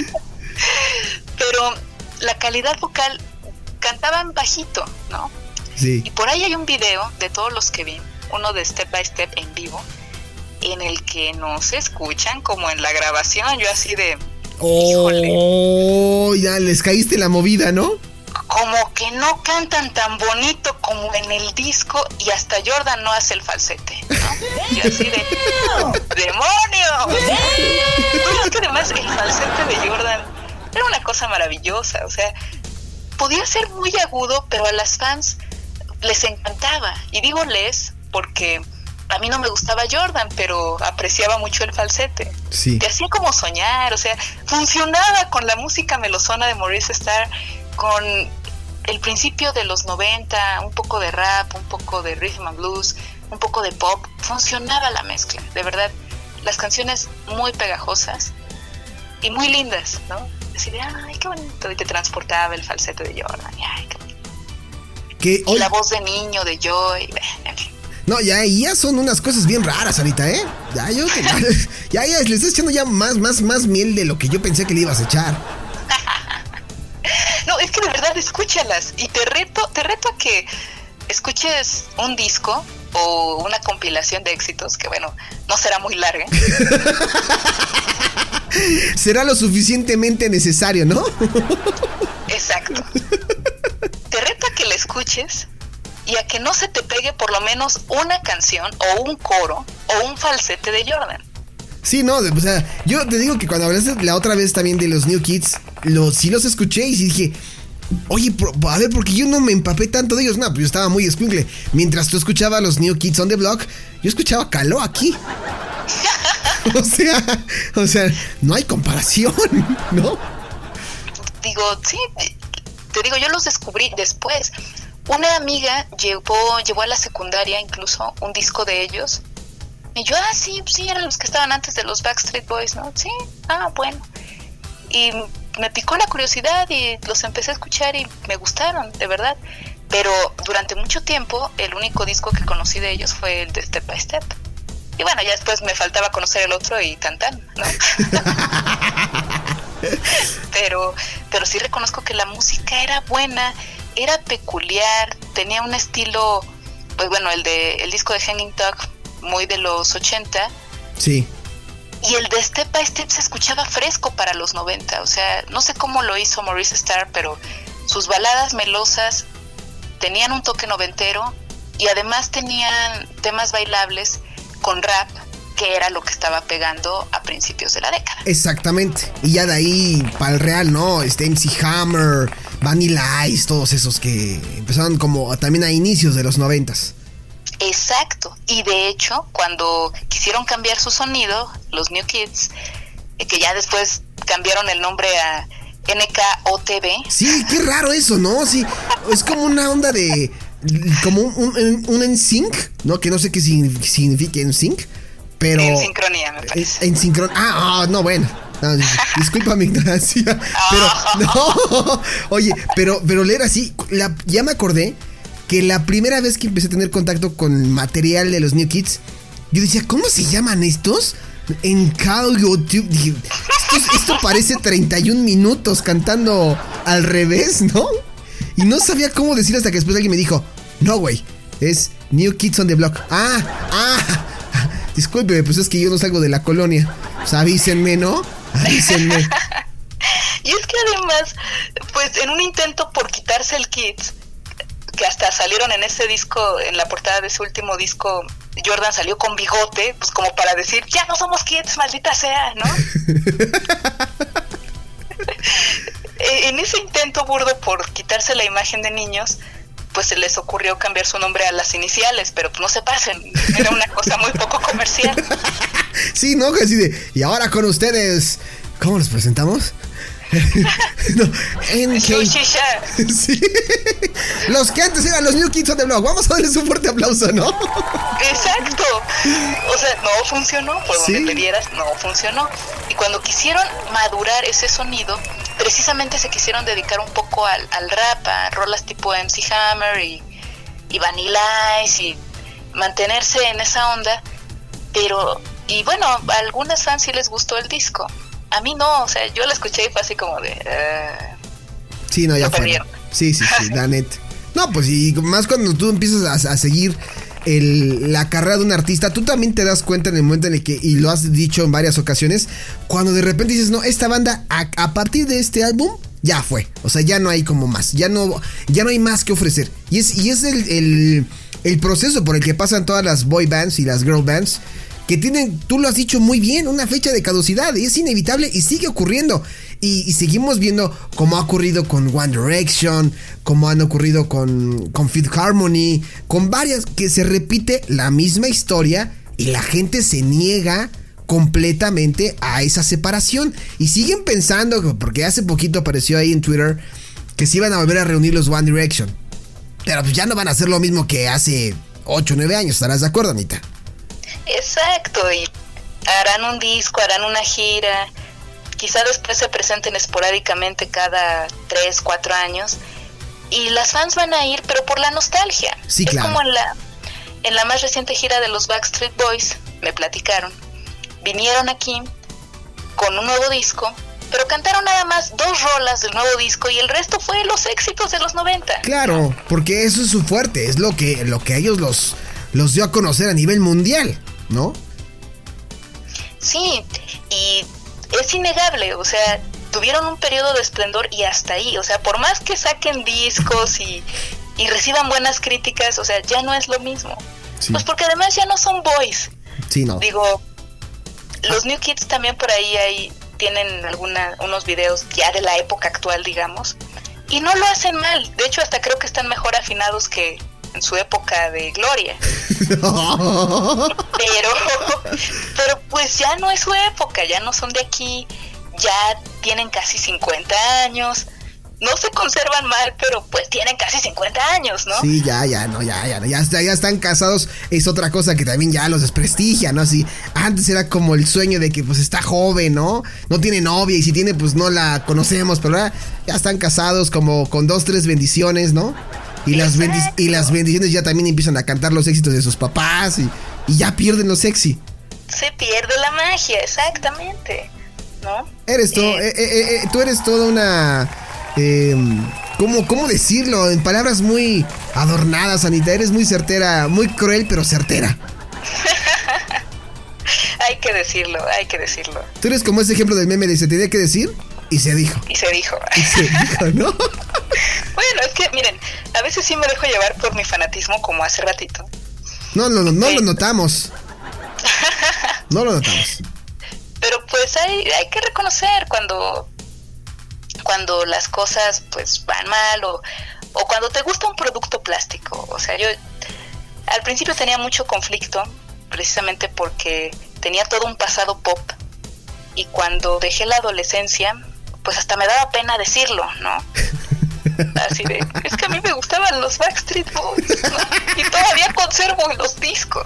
Pero la calidad vocal, cantaban bajito, ¿no? Sí. Y por ahí hay un video de todos los que vi, uno de Step by Step en vivo, en el que no se escuchan como en la grabación. Yo así de... Oh, ya les caíste la movida, ¿no? Como que no cantan tan bonito como en el disco, y hasta Jordan no hace el falsete, ¿no? Y así de... ¡Demonio! Es que además el falsete de Jordan era una cosa maravillosa, o sea, podía ser muy agudo, pero a las fans les encantaba. Y digo les porque a mí no me gustaba Jordan, pero apreciaba mucho el falsete. Sí. Te hacía como soñar, o sea, funcionaba con la música melosona de Maurice Starr, con el principio de los 90, un poco de rap, un poco de rhythm and blues, un poco de pop. Funcionaba la mezcla, de verdad. Las canciones muy pegajosas y muy lindas, ¿no? Así de, ay, qué bonito, y te transportaba el falsete de Jordan, y ay, qué bonito. Y la voz de niño de Joy, en fin. No, ya son unas cosas bien raras ahorita, ¿eh? Ya le estás echando ya más miel de lo que yo pensé que le ibas a echar. No, es que de verdad escúchalas, y te reto a que escuches un disco o una compilación de éxitos, que bueno, no será muy larga. Será lo suficientemente necesario, ¿no? Exacto. Te reto a que la escuches y a que no se te pegue por lo menos una canción o un coro o un falsete de Jordan. Sí, no, o sea, yo te digo que cuando hablaste la otra vez también de los New Kids, sí los escuché y sí dije, oye, a ver, ¿por qué yo no me empapé tanto de ellos? No, pues yo estaba muy escuincle. Mientras tú escuchabas los New Kids on the Block, yo escuchaba Caló aquí. O sea, no hay comparación, ¿no? Digo, sí, te digo, yo los descubrí después. Una amiga llevó a la secundaria incluso un disco de ellos. Y yo, sí, eran los que estaban antes de los Backstreet Boys, ¿no? Sí, bueno. Y me picó la curiosidad y los empecé a escuchar y me gustaron, de verdad. Pero durante mucho tiempo, el único disco que conocí de ellos fue el de Step by Step. Y bueno, ya después me faltaba conocer el otro y tan, ¿no? pero sí reconozco que la música era buena, era peculiar, tenía un estilo, pues bueno, el disco de Hanging Dog, muy de los 80. Sí. Y el de Step by Step se escuchaba fresco para los 90, o sea, no sé cómo lo hizo Maurice Starr, pero sus baladas melosas tenían un toque noventero y además tenían temas bailables con rap, que era lo que estaba pegando a principios de la década. Exactamente. Y ya de ahí para el real, ¿no? MC Hammer, Vanilla Ice, todos esos que empezaron como también a inicios de los 90s. Exacto. Y de hecho, cuando quisieron cambiar su sonido, los New Kids, que ya después cambiaron el nombre a NKOTB. Sí, qué raro eso, ¿no? Sí, es como una onda de... como un NSYNC, ¿no? Que no sé qué significa NSYNC, pero... En sincronía, me parece. En sincronía. No, bueno. No, disculpa mi ignorancia. Pero, no. Oye, pero leer así, ya me acordé que la primera vez que empecé a tener contacto con material de los New Kids, yo decía, ¿cómo se llaman estos? En Call YouTube, dije, esto parece 31 minutos cantando al revés, ¿no? Y no sabía cómo decir hasta que después alguien me dijo, no, güey, es New Kids on the Block. Discúlpeme, pues es que yo no salgo de la colonia. Pues avísenme, ¿no? Avísenme. Y es que además, pues en un intento por quitarse el Kids, que hasta salieron en ese disco, en la portada de ese último disco, Jordan salió con bigote, pues como para decir, ya no somos Kids, maldita sea, ¿no? En ese intento burdo por quitarse la imagen de niños, pues se les ocurrió cambiar su nombre a las iniciales, pero pues no se pasen, era una cosa muy poco comercial. Sí, ¿no? Así de, y ahora con ustedes, ¿cómo nos presentamos? No, sí. Los que antes eran los New Kids on the Block. Vamos a darles un fuerte aplauso, ¿no? Exacto. O sea, no funcionó, por donde te vieras, no funcionó. Y cuando quisieron madurar ese sonido, precisamente se quisieron dedicar un poco al rap, a rolas tipo MC Hammer y Vanilla Ice, y mantenerse en esa onda. Pero, y bueno, a algunas fans sí les gustó el disco. A mí no, o sea, yo la escuché y fue así como de... Sí, no, ya fue. Sí, la neta. No, pues y más cuando tú empiezas a seguir la carrera de un artista, tú también te das cuenta en el momento en el que, y lo has dicho en varias ocasiones, cuando de repente dices, no, esta banda a partir de este álbum ya fue, o sea, ya no hay como más, ya no hay más que ofrecer. Y es el proceso por el que pasan todas las boy bands y las girl bands, que tienen, tú lo has dicho muy bien, una fecha de caducidad, y es inevitable y sigue ocurriendo. Y seguimos viendo cómo ha ocurrido con One Direction, cómo han ocurrido con Fifth Harmony, con varias, que se repite la misma historia y la gente se niega completamente a esa separación. Y siguen pensando, porque hace poquito apareció ahí en Twitter, que se iban a volver a reunir los One Direction. Pero pues ya no van a hacer lo mismo que hace 8 o 9 años, ¿estarás de acuerdo, Anita? Exacto, y harán un disco, harán una gira, quizá después se presenten esporádicamente cada 3, 4 años, y las fans van a ir, pero por la nostalgia. Sí, es claro. como en la más reciente gira de los Backstreet Boys, me platicaron, vinieron aquí con un nuevo disco, pero cantaron nada más 2 rolas del nuevo disco y el resto fue los éxitos de los 90. Claro, porque eso es su fuerte, es lo que a ellos los dio a conocer a nivel mundial, ¿no? Sí, y es innegable, o sea, tuvieron un periodo de esplendor y hasta ahí, o sea, por más que saquen discos y reciban buenas críticas, o sea, ya no es lo mismo. Sí. Pues porque además ya no son boys. Sí, no. Digo, los New Kids también por ahí tienen unos videos ya de la época actual, digamos, y no lo hacen mal. De hecho, hasta creo que están mejor afinados que en su época de gloria. pero pues ya no es su época, ya no son de aquí, ya tienen casi 50 años. No se conservan mal, pero pues tienen casi 50 años, ¿no? Sí, ya están casados. Es otra cosa que también ya los desprestigia, ¿no? Así, antes era como el sueño de que pues está joven, ¿no? No tiene novia, y si tiene pues no la conocemos, pero ahora ya están casados como con 2, 3 bendiciones, ¿no? Y las bendiciones ya también empiezan a cantar los éxitos de sus papás y ya pierden lo sexy. Se pierde la magia, exactamente, ¿no? Tú eres toda una... ¿cómo decirlo? En palabras muy adornadas, Anita. Eres muy certera, muy cruel, pero certera. Hay que decirlo. Tú eres como ese ejemplo del meme de se tenía que decir y se dijo. Y se dijo, ¿no? Bueno, es que miren, a veces sí me dejo llevar por mi fanatismo, como hace ratito. No lo notamos. No lo notamos. Pero pues hay que reconocer cuando las cosas pues van mal o cuando te gusta un producto plástico. O sea, yo al principio tenía mucho conflicto precisamente porque tenía todo un pasado pop, y cuando dejé la adolescencia pues hasta me daba pena decirlo, ¿no? Así de, es que a mí me gustaban los Backstreet Boys, ¿no? Y todavía conservo los discos,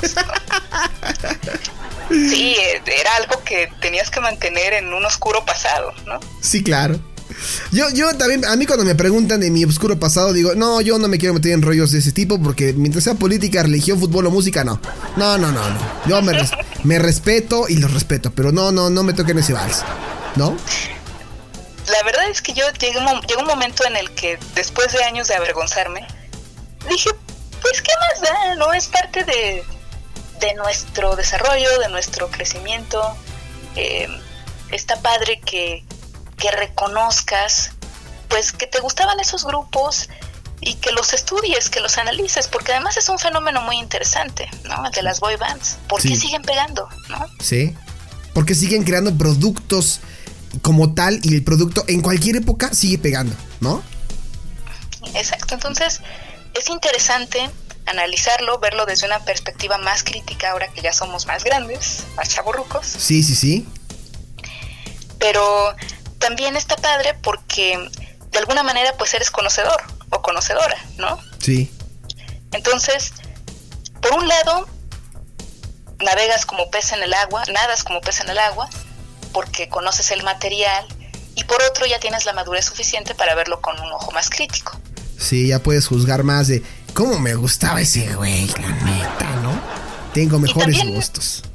¿no? Sí, era algo que tenías que mantener en un oscuro pasado, ¿no? Sí, claro. Yo también, a mí cuando me preguntan de mi oscuro pasado, digo, no, yo no me quiero meter en rollos de ese tipo, porque mientras sea política, religión, fútbol o música, no. Yo me respeto y los respeto, pero no me toquen ese vals, ¿no? La verdad es que llegó un momento en el que, después de años de avergonzarme, dije, pues qué más da, ¿no? Es parte de nuestro desarrollo, de nuestro crecimiento. Está padre que reconozcas pues que te gustaban esos grupos y que los estudies, que los analices, porque además es un fenómeno muy interesante, ¿no? El de las boy bands. ¿Por qué siguen pegando, no? Sí, porque siguen creando productos como tal, y el producto en cualquier época sigue pegando, ¿no? Exacto, entonces es interesante analizarlo, verlo desde una perspectiva más crítica ahora que ya somos más grandes, más chavorrucos. Sí. Pero también está padre porque de alguna manera pues eres conocedor o conocedora, ¿no? Sí. Entonces, por un lado, nadas como pez en el agua, porque conoces el material, y por otro ya tienes la madurez suficiente para verlo con un ojo más crítico. Sí, ya puedes juzgar más de cómo me gustaba ese güey, la neta, ¿no? Tengo mejores gustos.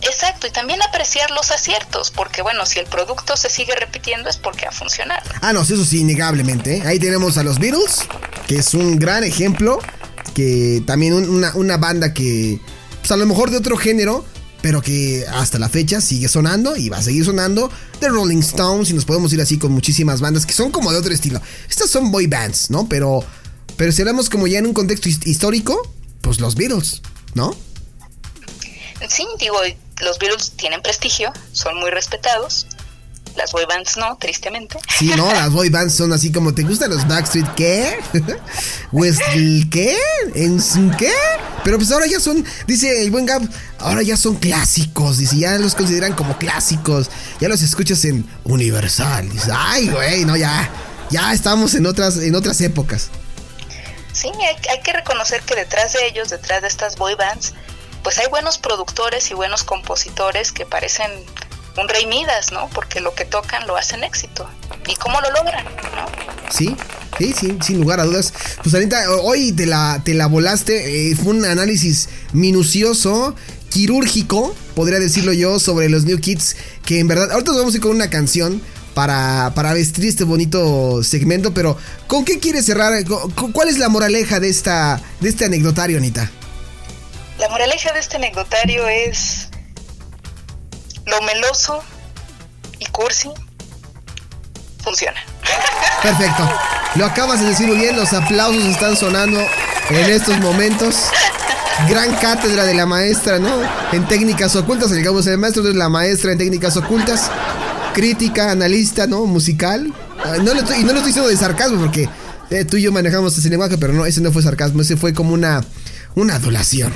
Exacto, y también apreciar los aciertos, porque bueno, si el producto se sigue repitiendo es porque ha funcionado. Ah, no, eso sí, innegablemente. Ahí tenemos a los Beatles, que es un gran ejemplo, que también una banda que, pues a lo mejor de otro género, pero que hasta la fecha sigue sonando y va a seguir sonando. The Rolling Stones, y nos podemos ir así con muchísimas bandas que son como de otro estilo. Estas son boy bands, ¿no? Pero si hablamos como ya en un contexto histórico, pues los Beatles, ¿no? Sí, digo, los Beatles tienen prestigio, son muy respetados. Las boy bands no, tristemente. Sí, no, las boy bands son así como, ¿te gustan los Backstreet qué? ¿West qué? ¿En qué? Pero pues ahora ya son, dice el buen Gab, ahora ya son clásicos, dice, ya los consideran como clásicos, ya los escuchas en Universal, dice, ay güey, no, ya estamos en otras épocas. Sí, hay que reconocer que detrás de ellos, detrás de estas boy bands, pues hay buenos productores y buenos compositores que parecen un rey Midas, ¿no? Porque lo que tocan lo hacen éxito. ¿Y cómo lo logran, no? Sí, sin lugar a dudas. Pues Anita, hoy te la volaste. Fue un análisis minucioso, quirúrgico, podría decirlo yo, sobre los New Kids. Que en verdad, ahorita nos vamos a ir con una canción para vestir este bonito segmento. Pero, ¿con qué quieres cerrar? ¿Cuál es la moraleja de este anecdotario, Anita? La moraleja de este anecdotario es: lo meloso y cursi funciona. Perfecto. Lo acabas de decir muy bien. Los aplausos están sonando en estos momentos. Gran cátedra de la maestra, ¿no? En técnicas ocultas. El cabo es el maestro, es la maestra en técnicas ocultas. Crítica, analista, ¿no? Musical. No lo estoy diciendo de sarcasmo porque tú y yo manejamos ese lenguaje, pero no, ese no fue sarcasmo. Ese fue como una adulación.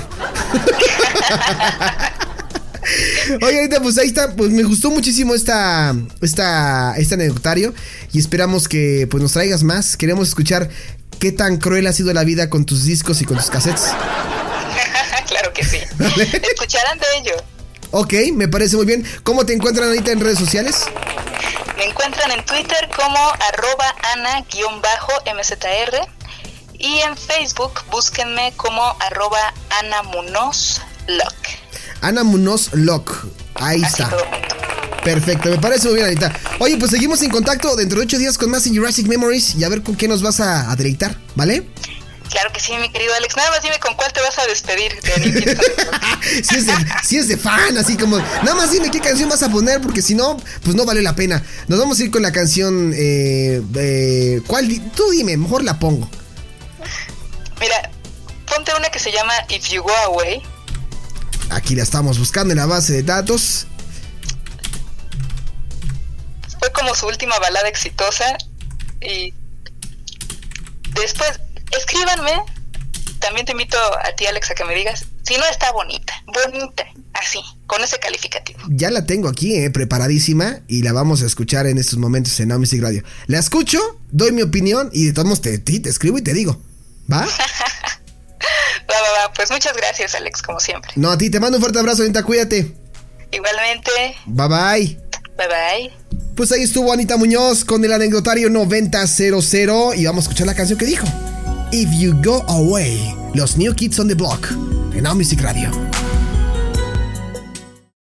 Oye, ahorita pues ahí está, pues me gustó muchísimo este anecdotario y esperamos que pues nos traigas más. Queremos escuchar qué tan cruel ha sido la vida con tus discos y con tus cassettes. Claro que sí. ¿Vale? Escucharán de ello. Ok, me parece muy bien. ¿Cómo te encuentran ahorita en redes sociales? Me encuentran en Twitter como @ana_mzr y en Facebook búsquenme como @anamunozlock. Ana Munoz Lock. Ahí así está. Perfecto, me parece muy bien, Anita. Oye, pues seguimos en contacto dentro de 8 días con más en Jurassic Memories y a ver con qué nos vas a deleitar, ¿vale? Claro que sí, mi querido Alex. Nada más dime con cuál te vas a despedir. si es de fan, así como, nada más dime qué canción vas a poner, porque si no, pues no vale la pena. Nos vamos a ir con la canción, ¿cuál? Tú dime, mejor la pongo. Mira, ponte una que se llama If You Go Away. Aquí la estamos buscando en la base de datos. Fue como su última balada exitosa. Y después, escríbanme. También te invito a ti, Alex, a que me digas si no está bonita, así, con ese calificativo. Ya la tengo aquí, preparadísima, y la vamos a escuchar en estos momentos en Now Music Radio. La escucho, doy mi opinión y de todos modos te escribo y te digo, ¿va? Va, pues muchas gracias, Alex, como siempre. No, a ti te mando un fuerte abrazo, Anita, cuídate. Igualmente. Bye bye. Bye bye. Pues ahí estuvo Anita Muñoz con el anecdotario 9000 y vamos a escuchar la canción que dijo If You Go Away, los New Kids on the Block en Now Music Radio.